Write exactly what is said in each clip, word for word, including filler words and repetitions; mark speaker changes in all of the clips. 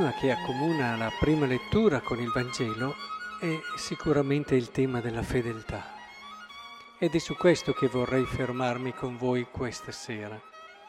Speaker 1: tema che accomuna la prima lettura con il Vangelo è sicuramente il tema della fedeltà. Ed è su questo che vorrei fermarmi con voi questa sera.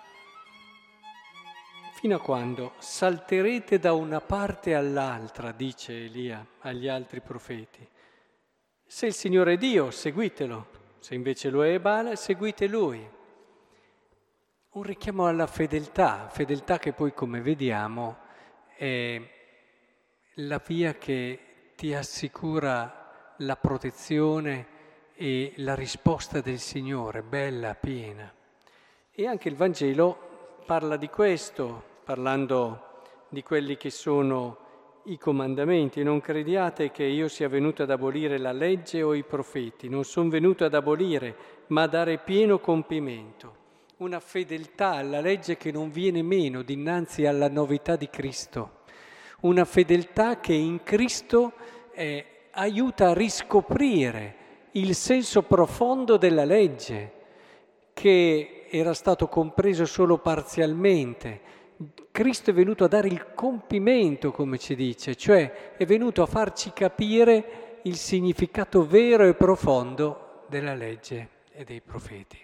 Speaker 1: Fino a quando salterete da una parte all'altra, dice Elia agli altri profeti. Se il Signore è Dio, seguitelo. Se invece lo è Baal, seguite Lui. Un richiamo alla fedeltà, fedeltà che poi, come vediamo, è la via che ti assicura la protezione e la risposta del Signore, bella, piena. E anche il Vangelo parla di questo, parlando di quelli che sono i comandamenti. Non crediate che io sia venuto ad abolire la legge o i profeti, non sono venuto ad abolire, ma a dare pieno compimento. Una fedeltà alla legge che non viene meno dinanzi alla novità di Cristo. Una fedeltà che in Cristo eh, aiuta a riscoprire il senso profondo della legge, che era stato compreso solo parzialmente. Cristo è venuto a dare il compimento, come ci dice, cioè è venuto a farci capire il significato vero e profondo della legge e dei profeti.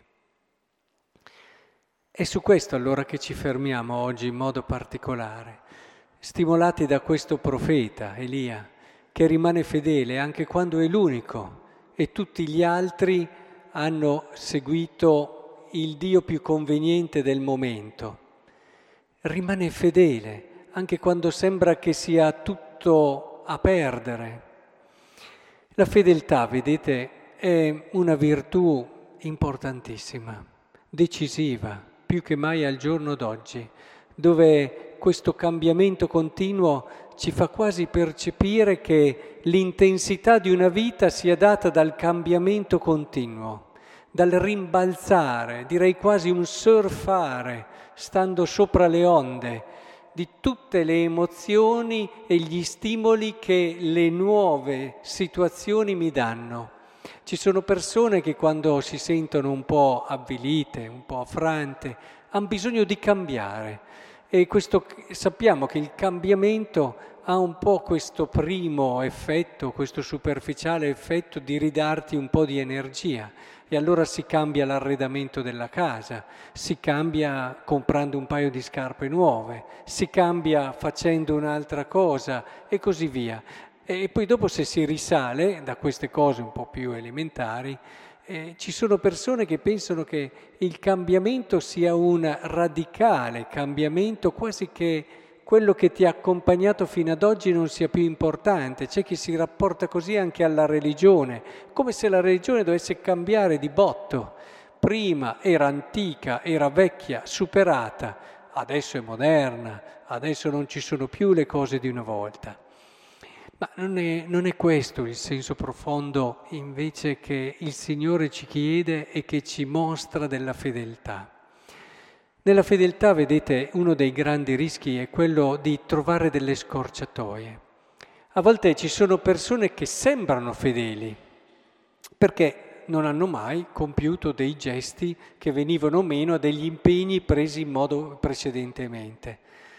Speaker 1: È su questo allora che ci fermiamo oggi in modo particolare, stimolati da questo profeta, Elia, che rimane fedele anche quando è l'unico e tutti gli altri hanno seguito il Dio più conveniente del momento. Rimane fedele anche quando sembra che sia tutto a perdere. La fedeltà, vedete, è una virtù importantissima, decisiva, più che mai al giorno d'oggi, dove questo cambiamento continuo ci fa quasi percepire che l'intensità di una vita sia data dal cambiamento continuo, dal rimbalzare, direi quasi un surfare, stando sopra le onde, di tutte le emozioni e gli stimoli che le nuove situazioni mi danno. Ci sono persone che quando si sentono un po' avvilite, un po' affrante, hanno bisogno di cambiare. E questo, sappiamo che il cambiamento ha un po' questo primo effetto, questo superficiale effetto di ridarti un po' di energia. E allora si cambia l'arredamento della casa, si cambia comprando un paio di scarpe nuove, si cambia facendo un'altra cosa e così via. E poi dopo, se si risale da queste cose un po' più elementari, eh, ci sono persone che pensano che il cambiamento sia un radicale cambiamento, quasi che quello che ti ha accompagnato fino ad oggi non sia più importante. C'è chi si rapporta così anche alla religione, come se la religione dovesse cambiare di botto. Prima era antica, era vecchia, superata, adesso è moderna, adesso non ci sono più le cose di una volta. Ma non è, non è questo il senso profondo invece che il Signore ci chiede e che ci mostra della fedeltà. Nella fedeltà, vedete, uno dei grandi rischi è quello di trovare delle scorciatoie. A volte ci sono persone che sembrano fedeli perché non hanno mai compiuto dei gesti che venivano meno a degli impegni presi in modo precedentemente.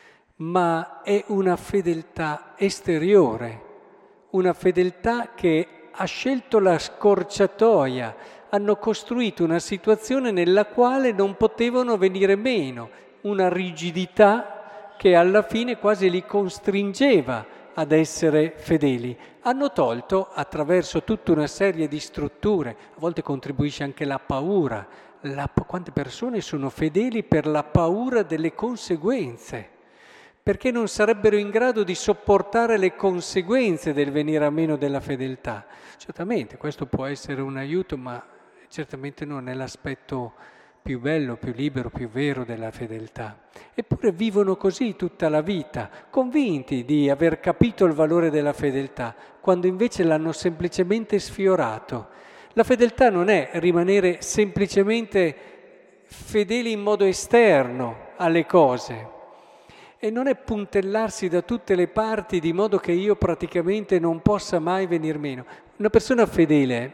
Speaker 1: Ma è una fedeltà esteriore, una fedeltà che ha scelto la scorciatoia, hanno costruito una situazione nella quale non potevano venire meno, una rigidità che alla fine quasi li costringeva ad essere fedeli. Hanno tolto, attraverso tutta una serie di strutture, a volte contribuisce anche la paura, la, quante persone sono fedeli per la paura delle conseguenze, perché non sarebbero in grado di sopportare le conseguenze del venire a meno della fedeltà. Certamente questo può essere un aiuto, ma certamente non è l'aspetto più bello, più libero, più vero della fedeltà. Eppure vivono così tutta la vita, convinti di aver capito il valore della fedeltà, quando invece l'hanno semplicemente sfiorato. La fedeltà non è rimanere semplicemente fedeli in modo esterno alle cose, e non è puntellarsi da tutte le parti di modo che io praticamente non possa mai venir meno. Una persona fedele,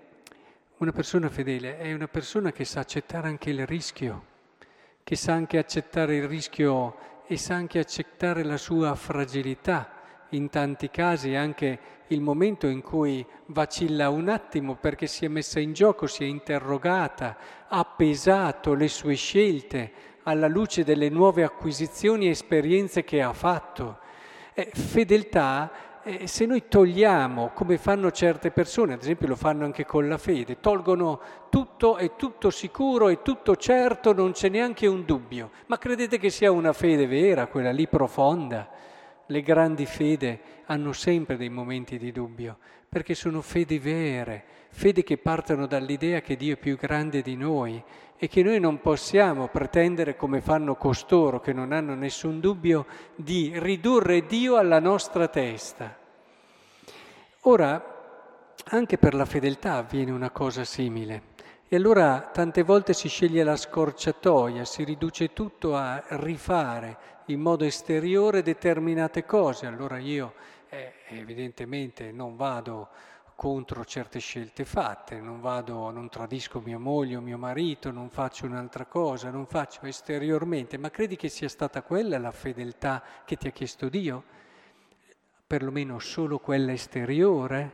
Speaker 1: una persona fedele è una persona che sa accettare anche il rischio, che sa anche accettare il rischio e sa anche accettare la sua fragilità. In tanti casi anche il momento in cui vacilla un attimo perché si è messa in gioco, si è interrogata, ha pesato le sue scelte alla luce delle nuove acquisizioni e esperienze che ha fatto. Eh, fedeltà, eh, se noi togliamo, come fanno certe persone, ad esempio lo fanno anche con la fede, tolgono tutto, è tutto sicuro, è tutto certo, non c'è neanche un dubbio. Ma credete che sia una fede vera, quella lì profonda? Le grandi fede hanno sempre dei momenti di dubbio, perché sono fedi vere, fedi che partono dall'idea che Dio è più grande di noi e che noi non possiamo pretendere, come fanno costoro che non hanno nessun dubbio, di ridurre Dio alla nostra testa. Ora, anche per la fedeltà avviene una cosa simile. E allora tante volte si sceglie la scorciatoia, si riduce tutto a rifare in modo esteriore determinate cose. Allora io eh, evidentemente non vado contro certe scelte fatte, non vado, non tradisco mia moglie o mio marito, non faccio un'altra cosa, non faccio esteriormente. Ma credi che sia stata quella la fedeltà che ti ha chiesto Dio? Perlomeno solo quella esteriore?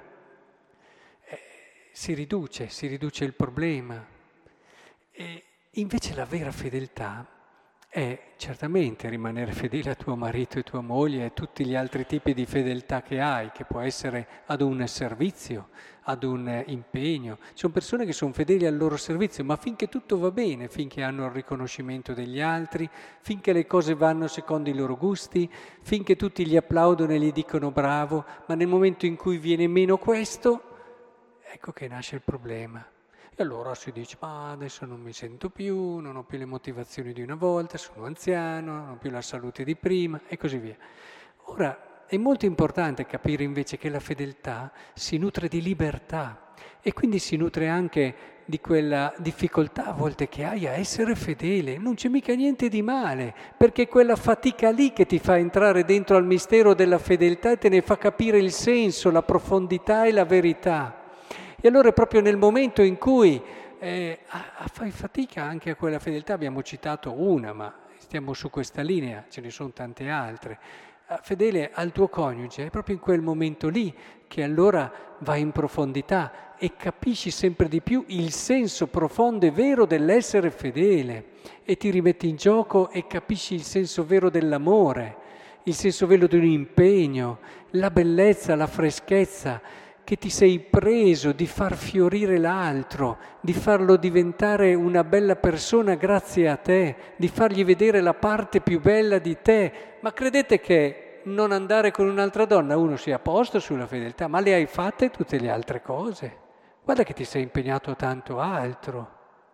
Speaker 1: Si riduce, si riduce il problema. E invece la vera fedeltà è certamente rimanere fedele a tuo marito e tua moglie e a tutti gli altri tipi di fedeltà che hai, che può essere ad un servizio, ad un impegno. Ci sono persone che sono fedeli al loro servizio, ma finché tutto va bene, finché hanno il riconoscimento degli altri, finché le cose vanno secondo i loro gusti, finché tutti gli applaudono e gli dicono bravo, ma nel momento in cui viene meno questo, ecco che nasce il problema. E allora si dice, ma adesso non mi sento più, non ho più le motivazioni di una volta, sono anziano, non ho più la salute di prima e così via. Ora, è molto importante capire invece che la fedeltà si nutre di libertà e quindi si nutre anche di quella difficoltà a volte che hai a essere fedele. Non c'è mica niente di male, perché è quella fatica lì che ti fa entrare dentro al mistero della fedeltà e te ne fa capire il senso, la profondità e la verità. E allora è proprio nel momento in cui eh, fai fatica anche a quella fedeltà, abbiamo citato una, ma stiamo su questa linea, ce ne sono tante altre, fedele al tuo coniuge, è proprio in quel momento lì che allora vai in profondità e capisci sempre di più il senso profondo e vero dell'essere fedele e ti rimetti in gioco e capisci il senso vero dell'amore, il senso vero di un impegno, la bellezza, la freschezza, che ti sei preso di far fiorire l'altro, di farlo diventare una bella persona grazie a te, di fargli vedere la parte più bella di te. Ma credete che non andare con un'altra donna uno sia a posto sulla fedeltà, ma le hai fatte tutte le altre cose. Guarda che ti sei impegnato a tanto altro.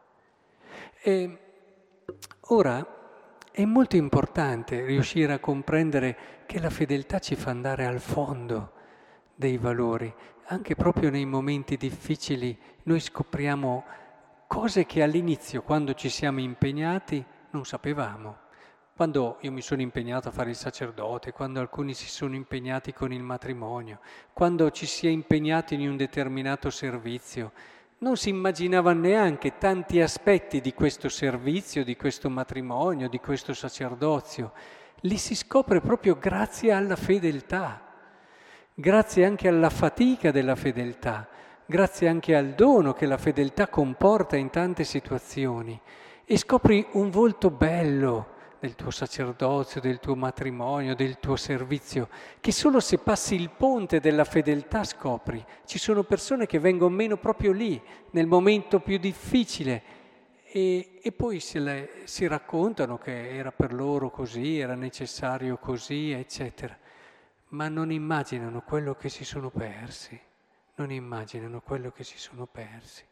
Speaker 1: E ora è molto importante riuscire a comprendere che la fedeltà ci fa andare al fondo dei valori. Anche proprio nei momenti difficili noi scopriamo cose che all'inizio, quando ci siamo impegnati, non sapevamo. Quando io mi sono impegnato a fare il sacerdote, quando alcuni si sono impegnati con il matrimonio, quando ci si è impegnati in un determinato servizio, non si immaginava neanche tanti aspetti di questo servizio, di questo matrimonio, di questo sacerdozio. Li si scopre proprio grazie alla fedeltà. Grazie anche alla fatica della fedeltà, grazie anche al dono che la fedeltà comporta in tante situazioni e scopri un volto bello del tuo sacerdozio, del tuo matrimonio, del tuo servizio, che solo se passi il ponte della fedeltà scopri. Ci sono persone che vengono meno proprio lì, nel momento più difficile e, e poi se le, si raccontano che era per loro così, era necessario così, eccetera. Ma non immaginano quello che si sono persi, non immaginano quello che si sono persi.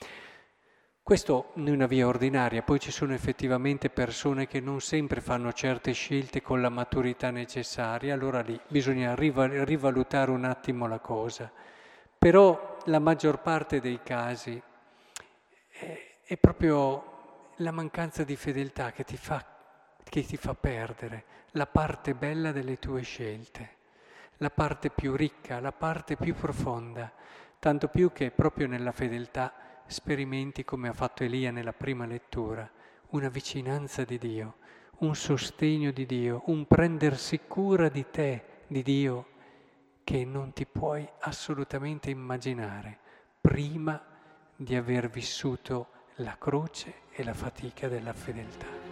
Speaker 1: Questo in una via ordinaria, poi ci sono effettivamente persone che non sempre fanno certe scelte con la maturità necessaria, allora lì bisogna rivalutare un attimo la cosa. Però la maggior parte dei casi è, è proprio la mancanza di fedeltà che ti fa, che ti fa perdere la parte bella delle tue scelte. La parte più ricca, la parte più profonda, tanto più che proprio nella fedeltà sperimenti, come ha fatto Elia nella prima lettura, una vicinanza di Dio, un sostegno di Dio, un prendersi cura di te, di Dio, che non ti puoi assolutamente immaginare prima di aver vissuto la croce e la fatica della fedeltà.